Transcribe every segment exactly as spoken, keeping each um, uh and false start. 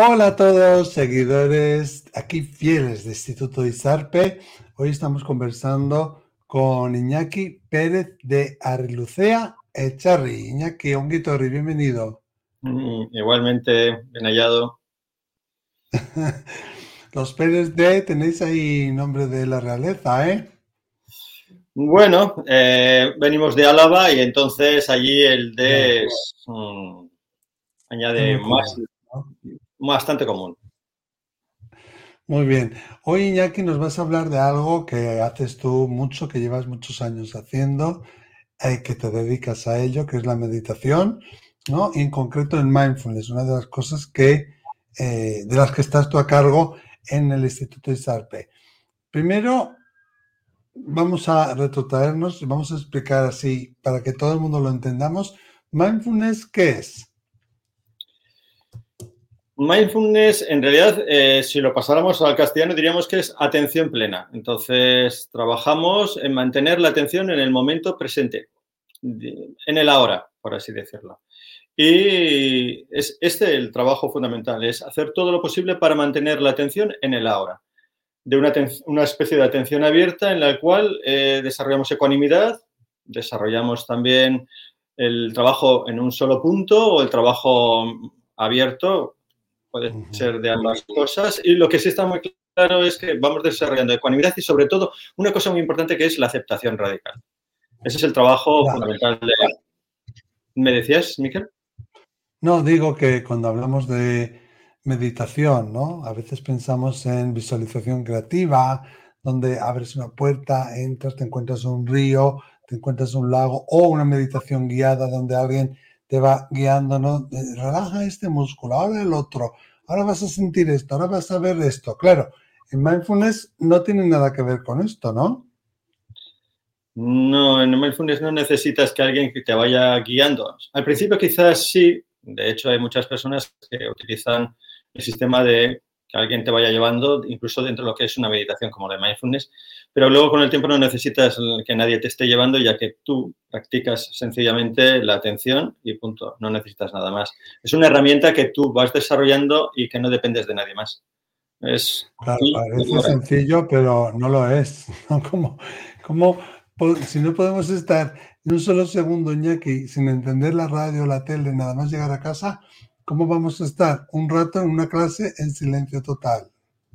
Hola a todos, seguidores aquí fieles de Instituto ISARPE. Hoy estamos conversando con Iñaki Pérez de Arlucea Echarri. Iñaki, un guitorri, bienvenido. Mm, igualmente, bien hallado. Los Pérez de, tenéis ahí nombre de la realeza, ¿eh? Bueno, eh, venimos de Álava y entonces allí el Ya, D es, mm, es añade muy más, común, ¿no? bastante común. Muy bien. Hoy, Iñaki, nos vas a hablar de algo que haces tú mucho, que llevas muchos años haciendo, eh, que te dedicas a ello, que es la meditación, ¿no? Y en concreto el mindfulness, una de las cosas que, eh, de las que estás tú a cargo en el Instituto ISARPE. Primero, vamos a retrotraernos y vamos a explicar así, para que todo el mundo lo entendamos, mindfulness, ¿qué es? Mindfulness, en realidad, eh, si lo pasáramos al castellano, diríamos que es atención plena. Entonces, trabajamos en mantener la atención en el momento presente, en el ahora, por así decirlo. Y es este el trabajo fundamental, es hacer todo lo posible para mantener la atención en el ahora. De una, una especie de atención abierta en la cual eh, desarrollamos ecuanimidad, desarrollamos también el trabajo en un solo punto o el trabajo abierto, puede Uh-huh. ser de ambas cosas. Y lo que sí está muy claro es que vamos desarrollando ecuanimidad y sobre todo una cosa muy importante que es la aceptación radical. Ese es el trabajo Ya. fundamental de... ¿Me decías, Miquel? No, digo que cuando hablamos de meditación, ¿no? A veces pensamos en visualización creativa, donde abres una puerta, entras, te encuentras un río, te encuentras un lago, o una meditación guiada donde alguien te va guiando, ¿no? Eh, Relaja este músculo, ahora el otro, ahora vas a sentir esto, ahora vas a ver esto. Claro, en mindfulness no tiene nada que ver con esto, ¿no? No, en Mindfulness no necesitas que alguien que te vaya guiando. Al principio quizás sí, de hecho hay muchas personas que utilizan el sistema de que alguien te vaya llevando, incluso dentro de lo que es una meditación como la de Mindfulness, pero luego con el tiempo no necesitas que nadie te esté llevando, ya que tú practicas sencillamente la atención y punto, no necesitas nada más. Es una herramienta que tú vas desarrollando y que no dependes de nadie más. Es Claro, aquí y parece ahora. sencillo, pero no lo es. ¿No? Como, como po- si no podemos estar ni un solo segundo, Iñaki, sin entender la radio, la tele, nada más llegar a casa, ¿cómo vamos a estar un rato en una clase en silencio total?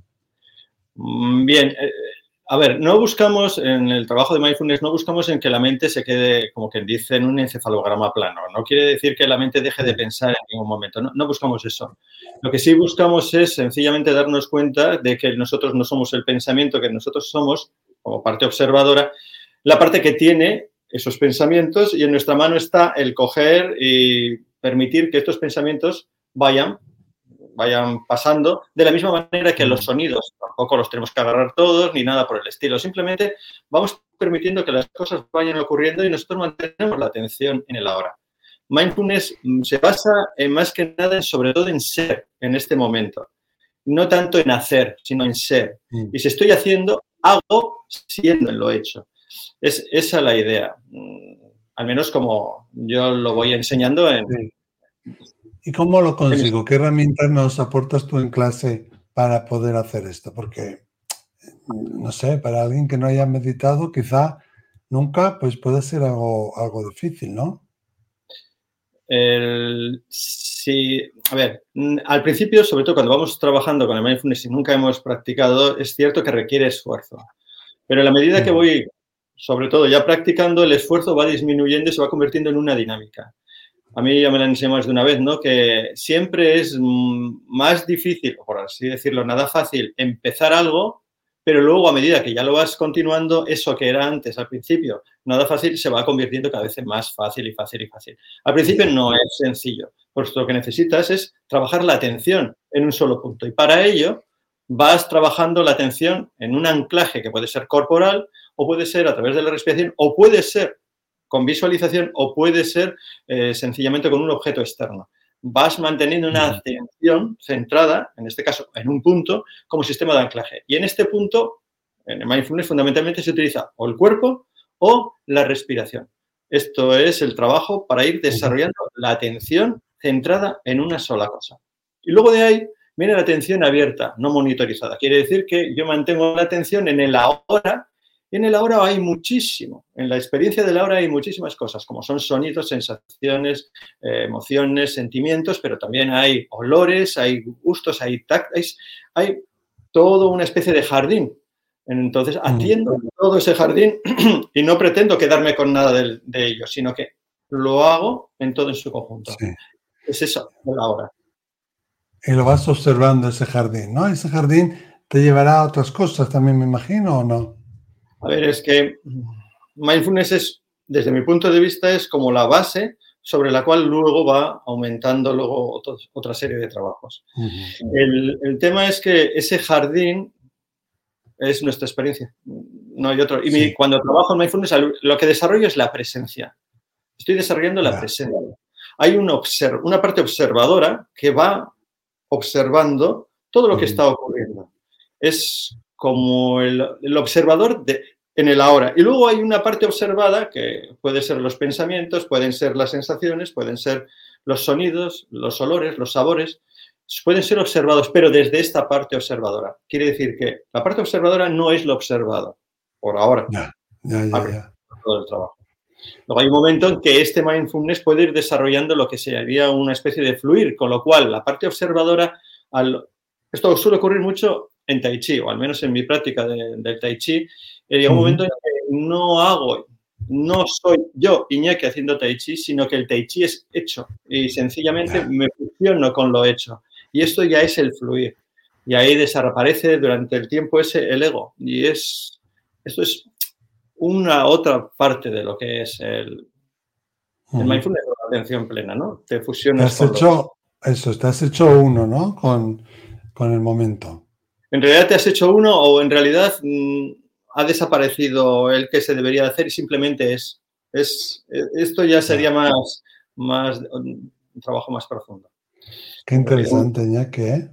Mm, Bien, eh, a ver, no buscamos en el trabajo de mindfulness, no buscamos en que la mente se quede, como quien dice, en un encefalograma plano. No quiere decir que la mente deje de Sí. pensar en ningún momento, no, no buscamos eso. Lo que sí buscamos es sencillamente darnos cuenta de que nosotros no somos el pensamiento, que nosotros somos, como parte observadora, la parte que tiene esos pensamientos y en nuestra mano está el coger y permitir que estos pensamientos vayan vayan pasando, de la misma manera que los Mm. sonidos tampoco los tenemos que agarrar todos ni nada por el estilo. Simplemente vamos permitiendo que las cosas vayan ocurriendo y nosotros mantenemos la atención en el ahora. Mindfulness se basa en más que nada, en, sobre todo en ser en este momento. No tanto en hacer, sino en ser. Mm. Y si estoy haciendo, hago siendo en lo hecho. Es esa la idea. Al menos como yo lo voy enseñando en, Sí. ¿Y cómo lo en mis... consigo? ¿Qué herramientas nos aportas tú en clase para poder hacer esto? Porque, no sé, para alguien que no haya meditado, quizá nunca, pues puede ser algo, algo difícil, ¿no? El, sí, a ver, al principio, sobre todo cuando vamos trabajando con el mindfulness y nunca hemos practicado, es cierto que requiere esfuerzo. Pero a la medida que Mm. voy, sobre todo ya practicando, el esfuerzo va disminuyendo y se va convirtiendo en una dinámica. A mí ya me lo han enseñado más de una vez, ¿no? Que siempre es más difícil, por así decirlo, nada fácil empezar algo, pero luego a medida que ya lo vas continuando, eso que era antes al principio, nada fácil, se va convirtiendo cada vez en más fácil y fácil y fácil. Al principio Ya. no es sencillo, pues lo que necesitas es trabajar la atención en un solo punto y para ello vas trabajando la atención en un anclaje que puede ser corporal o puede ser a través de la respiración o puede ser con visualización o puede ser eh, sencillamente con un objeto externo. Vas manteniendo una Mm. atención centrada, en este caso, en un punto, como sistema de anclaje. Y en este punto, en el mindfulness, fundamentalmente se utiliza o el cuerpo o la respiración. Esto es el trabajo para ir desarrollando la atención centrada en una sola cosa. Y luego de ahí viene la atención abierta, no monitorizada. Quiere decir que yo mantengo la atención en el ahora, y en el ahora hay muchísimo. En la experiencia del ahora hay muchísimas cosas, como son sonidos, sensaciones, eh, emociones, sentimientos, pero también hay olores, hay gustos, hay tactos, hay toda una especie de jardín. Entonces, atiendo todo ese jardín y no pretendo quedarme con nada de, de ello, sino que lo hago en todo en su conjunto. Sí. Es eso, el ahora. Y lo vas observando ese jardín, ¿no? Ese jardín te llevará a otras cosas también, me imagino, ¿o no? A ver, es que mindfulness es, desde mi punto de vista, es como la base sobre la cual luego va aumentando luego otros, otra serie de trabajos. Uh-huh. el, el tema es que ese jardín es nuestra experiencia, no hay otro. Y sí. mi, cuando trabajo en mindfulness, lo que desarrollo es la presencia. Estoy desarrollando la yeah. presencia. Hay una, observ una parte observadora que va observando todo lo que uh-huh. está ocurriendo. Es como el, el observador de, en el ahora. Y luego hay una parte observada que puede ser los pensamientos, pueden ser las sensaciones, pueden ser los sonidos, los olores, los sabores. Pueden ser observados, pero desde esta parte observadora. Quiere decir que la parte observadora no es lo observado, por ahora. Ya, ya, ya, ya. Todo el trabajo. Luego hay un momento en que este mindfulness puede ir desarrollando lo que sería una especie de fluir, con lo cual la parte observadora, al... esto suele ocurrir mucho en Tai Chi, o al menos en mi práctica de, del Tai Chi, llega un uh-huh. momento en que no hago, no soy yo, Iñaki, haciendo Tai Chi, sino que el Tai Chi es hecho y sencillamente yeah. me fusiono con lo hecho. Y esto ya es el fluir. Y ahí desaparece durante el tiempo ese el ego. Y es esto es una otra parte de lo que es el, uh-huh. el mindfulness, la atención plena, ¿no? Te fusionas te has con hecho, los... Eso, te has hecho uno, ¿no? Con, con el momento. En realidad te has hecho uno o en realidad mmm, ha desaparecido el que se debería hacer y simplemente es. es esto ya sería yeah. más, más un trabajo más profundo. Qué interesante, ya que, ¿eh?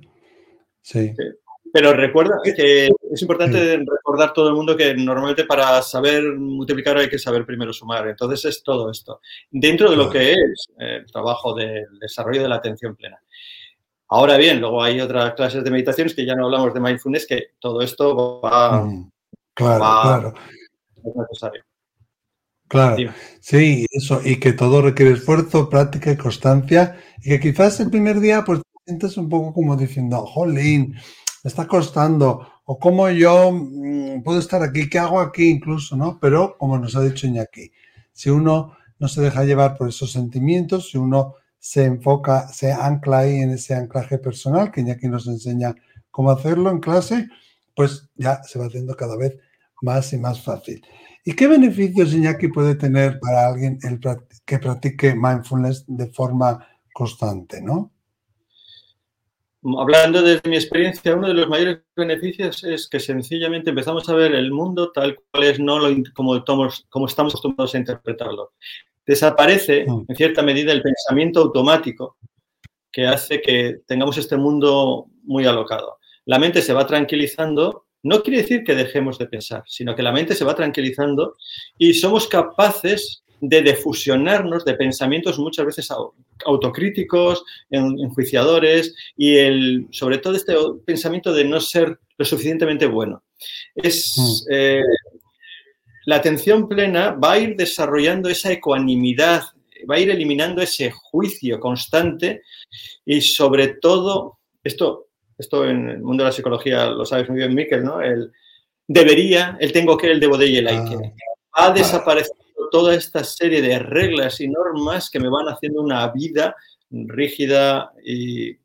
Sí. sí. Pero recuerda que es importante sí. recordar todo el mundo que normalmente para saber multiplicar hay que saber primero sumar. Entonces es todo esto. Dentro de lo que es el trabajo del desarrollo de la atención plena. Ahora bien, luego hay otras clases de meditaciones que ya no hablamos de mindfulness, que todo esto va... Mm, claro, va, claro. Es necesario. Claro, Dime. Sí, eso, y que todo requiere esfuerzo, práctica y constancia, y que quizás el primer día pues te sientes un poco como diciendo, jolín, me está costando, o cómo yo mmm, puedo estar aquí, ¿qué hago aquí incluso, no? Pero, como nos ha dicho Iñaki, si uno no se deja llevar por esos sentimientos, si uno se enfoca, se ancla ahí en ese anclaje personal, que Iñaki nos enseña cómo hacerlo en clase, pues ya se va haciendo cada vez más y más fácil. ¿Y qué beneficios, Iñaki, puede tener para alguien el que practique mindfulness de forma constante, ¿no? Hablando desde mi experiencia, uno de los mayores beneficios es que sencillamente empezamos a ver el mundo tal cual es, no lo, como, como estamos acostumbrados a interpretarlo. Desaparece, mm. en cierta medida, el pensamiento automático que hace que tengamos este mundo muy alocado. La mente se va tranquilizando. No quiere decir que dejemos de pensar, sino que la mente se va tranquilizando y somos capaces de defusionarnos de pensamientos muchas veces autocríticos, enjuiciadores y el, sobre todo este pensamiento de no ser lo suficientemente bueno. Es, eh, la atención plena va a ir desarrollando esa ecuanimidad, va a ir eliminando ese juicio constante y sobre todo, esto... Esto en el mundo de la psicología lo sabes muy bien, Miquel, ¿no? El debería, el tengo que, el debo de y el hay que. Ha desaparecido toda esta serie de reglas y normas que me van haciendo una vida rígida y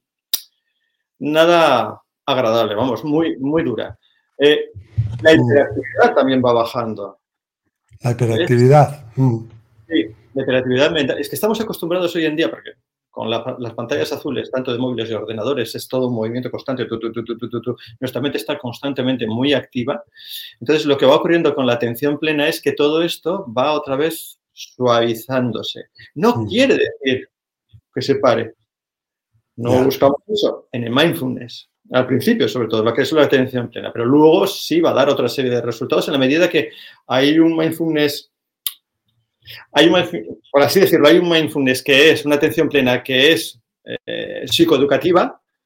nada agradable, vamos, muy, muy dura. Eh, la hiperactividad también va bajando. La hiperactividad. Mm. Sí, la hiperactividad mental. Es que estamos acostumbrados hoy en día, porque con la, las pantallas azules, tanto de móviles y ordenadores, es todo un movimiento constante. Tu, tu, tu, tu, tu, tu. Nuestra mente está constantemente muy activa. Entonces, lo que va ocurriendo con la atención plena es que todo esto va otra vez suavizándose. No mm. quiere decir que se pare. No yeah. buscamos eso en el mindfulness. Al principio, sobre todo, lo que es la atención plena. Pero luego sí va a dar otra serie de resultados en la medida que hay un mindfulness... Hay un, por así decirlo, hay un mindfulness que es una atención plena que es eh, psicoeducativa,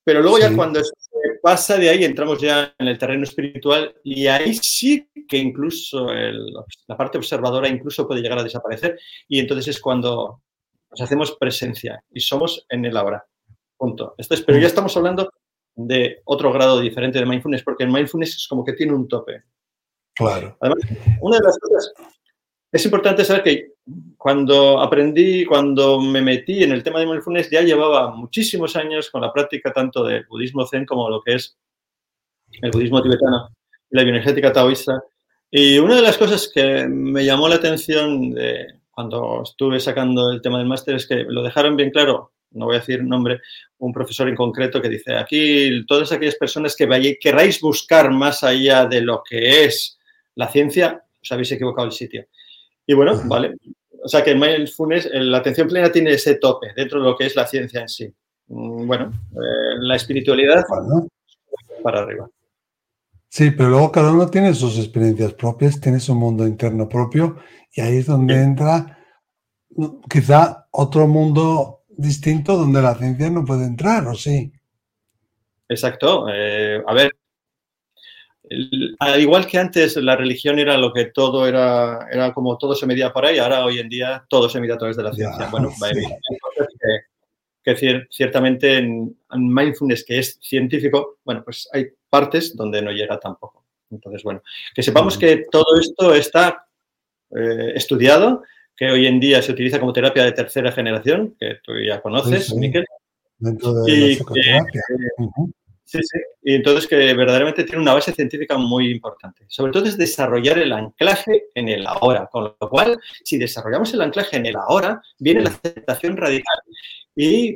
Pero luego Sí, ya cuando se pasa de ahí entramos ya en el terreno espiritual y ahí sí que incluso el- la parte observadora incluso puede llegar a desaparecer y entonces es cuando nos hacemos presencia y somos en el ahora. Punto. Esto es, pero ya mm, estamos hablando de otro grado diferente de mindfulness porque el mindfulness es como que tiene un tope. claro. Además, una de las cosas es importante saber que cuando aprendí, cuando me metí en el tema de mindfulness, ya llevaba muchísimos años con la práctica tanto del budismo zen como lo que es el budismo tibetano y la bioenergética taoísta. Y una de las cosas que me llamó la atención de cuando estuve sacando el tema del máster es que lo dejaron bien claro, no voy a decir nombre, un profesor en concreto que dice, aquí todas aquellas personas que vayáis, queráis buscar más allá de lo que es la ciencia, os habéis equivocado el sitio. Y bueno, Ajá. vale. O sea que el mindfulness, la atención plena tiene ese tope dentro de lo que es la ciencia en sí. Mm, Bueno, eh, la espiritualidad Bueno, para arriba. sí, pero luego cada uno tiene sus experiencias propias, tiene su mundo interno propio y ahí es donde Sí, entra mm, quizá otro mundo distinto donde la ciencia no puede entrar, ¿o sí? exacto. Eh, a ver, el- al igual que antes la religión era lo que todo era, era como todo se medía por ahí, ahora hoy en día todo se mide a través de la Ya, ciencia. Bueno, va- sí. hay cosas que, que cier- ciertamente en, en mindfulness, que es científico, bueno, pues hay partes donde no llega tampoco. Entonces, bueno, que sepamos Ujú. que todo esto está eh, estudiado, que hoy en día se utiliza como terapia de tercera generación, que tú ya Sí, conoces, sí, Miquel, dentro de la y que, psicoterapia. Ujú. sí, sí, y entonces que verdaderamente tiene una base científica muy importante. Sobre todo es desarrollar el anclaje en el ahora, con lo cual, si desarrollamos el anclaje en el ahora, viene la Sí. aceptación radical y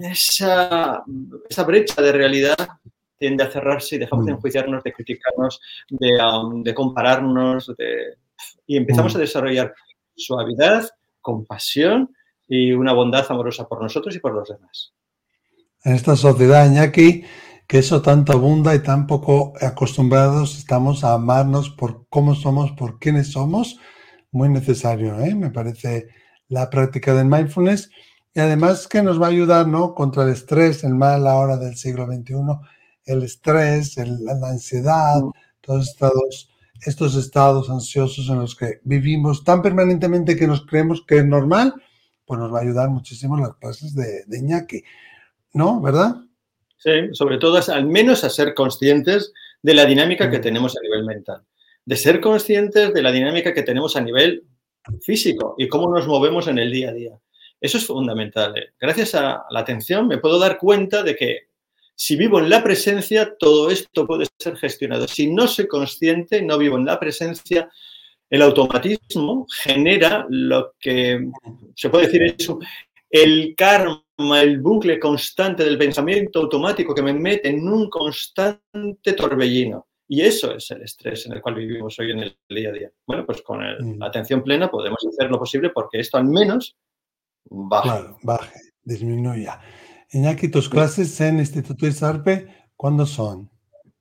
esa, esa brecha de realidad tiende a cerrarse y dejamos de Mm, enjuiciarnos, de criticarnos, de, um, de compararnos, de, y empezamos a mm. desarrollar suavidad, compasión y una bondad amorosa por nosotros y por los demás. En esta sociedad, Iñaki, que eso tanto abunda y tan poco acostumbrados estamos a amarnos por cómo somos, por quiénes somos, muy necesario, ¿eh? Me parece la práctica del mindfulness y además que nos va a ayudar, ¿no? Contra el estrés, el mal ahora del siglo veintiuno, el estrés, el- la ansiedad, Mm. todos estos, estos estados ansiosos en los que vivimos tan permanentemente que nos creemos que es normal, pues nos va a ayudar muchísimo las clases de, de Iñaki, ¿no? ¿Verdad? Sí, sobre todo es, al menos a ser conscientes de la dinámica que Mm, tenemos a nivel mental, de ser conscientes de la dinámica que tenemos a nivel físico y cómo nos movemos en el día a día. Eso es fundamental. ¿eh? Gracias a la atención me puedo dar cuenta de que si vivo en la presencia, todo esto puede ser gestionado. Si no soy consciente, no vivo en la presencia, el automatismo genera lo que se puede decir es el karma, el bucle constante del pensamiento automático que me mete en un constante torbellino. Y eso es el estrés en el cual vivimos hoy en el día a día. Bueno, pues con el- la mm. atención plena podemos hacer lo posible porque esto al menos baje. Claro, baje, disminuya. Iñaki, tus clases en Instituto Isarpe, ¿cuándo son?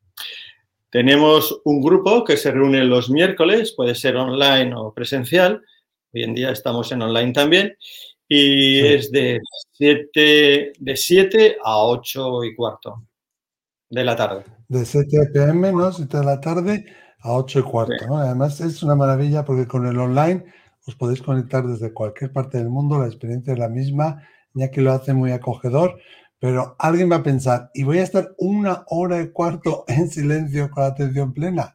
Tenemos un grupo que se reúne los miércoles, puede ser online o presencial. Hoy en día estamos en online también. Y Sí, es de siete de siete a ocho y cuarto de la tarde. de siete p m, ¿no? siete de la tarde a ocho y Sí. cuarto, ¿no? Además es una maravilla porque con el online os podéis conectar desde cualquier parte del mundo, la experiencia es la misma, Iñaki lo hace muy acogedor, pero alguien va a pensar, ¿y voy a estar una hora y cuarto en silencio con la atención plena?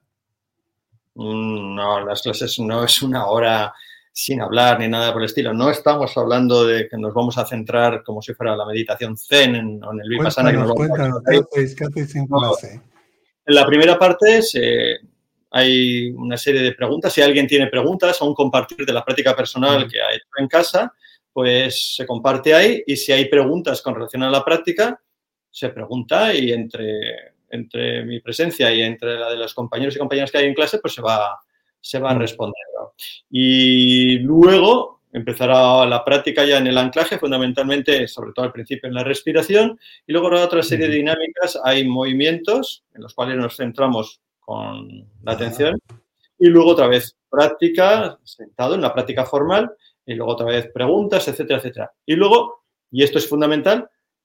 Mm, No, las clases no es una hora sin hablar ni nada por el estilo. No estamos hablando de que nos vamos a centrar como si fuera la meditación zen en, o en el vipassana que nos Cuéntanos, vamos a cuéntanos, quedar ¿qué ahí. hacéis? ¿Qué hacéis en No, clase? en la primera parte se, hay una serie de preguntas. Si alguien tiene preguntas o un compartir de la práctica personal Mm, que ha hecho en casa, pues se comparte ahí. Y si hay preguntas con relación a la práctica, se pregunta y entre, entre mi presencia y entre la de los compañeros y compañeras que hay en clase, pues se va, se va mm, respondiendo. Y luego empezará la práctica ya en el anclaje, fundamentalmente, sobre todo al principio en la respiración, y luego habrá otra serie de mm. dinámicas. Hay movimientos en los cuales nos centramos con la Ah, atención y luego otra vez práctica, sentado en la práctica formal, y luego otra vez preguntas, etcétera, etcétera. Y luego, y esto es fundamental,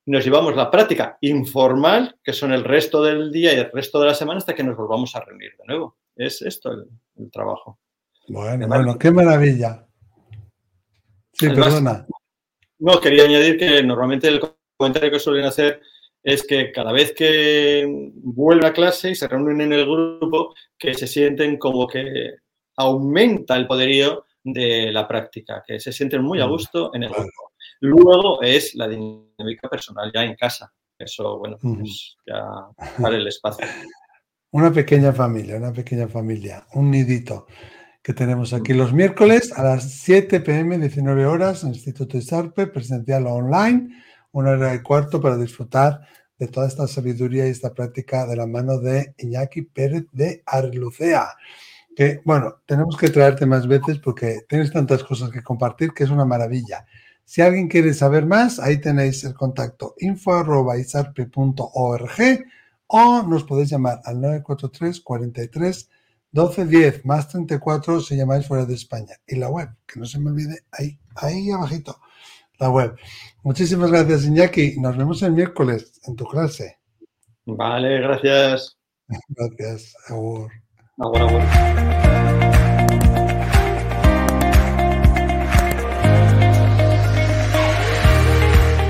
nos llevamos la práctica informal, que son el resto del día y el resto de la semana, hasta que nos volvamos a reunir de nuevo. Es esto el, el trabajo. Bueno, Además, bueno, qué maravilla. Sí, además, perdona. no, quería añadir que normalmente el comentario que suelen hacer es que cada vez que vuelve a clase y se reúnen en el grupo, que se sienten como que aumenta el poderío de la práctica, que se sienten muy a gusto en el Claro. grupo. Luego es la dinámica personal ya en casa. Eso, bueno, Ujú. pues ya para el espacio. Una pequeña familia, una pequeña familia, un nidito que tenemos aquí los miércoles a las siete pe eme, diecinueve horas, en el Instituto Isarpe, presencial o online, una hora y cuarto para disfrutar de toda esta sabiduría y esta práctica de la mano de Iñaki Pérez de Arlucea. Que, bueno, tenemos que traerte más veces porque tienes tantas cosas que compartir que es una maravilla. Si alguien quiere saber más, ahí tenéis el contacto info arroba isarpe punto org o nos podéis llamar al nueve cuatro tres, cuarenta y tres, doce diez, más treinta y cuatro si llamáis fuera de España. Y la web, que no se me olvide, ahí, ahí abajito, la web. Muchísimas gracias, Iñaki. Nos vemos el miércoles en tu clase. Vale, gracias. Gracias. Agur. Agur, agur.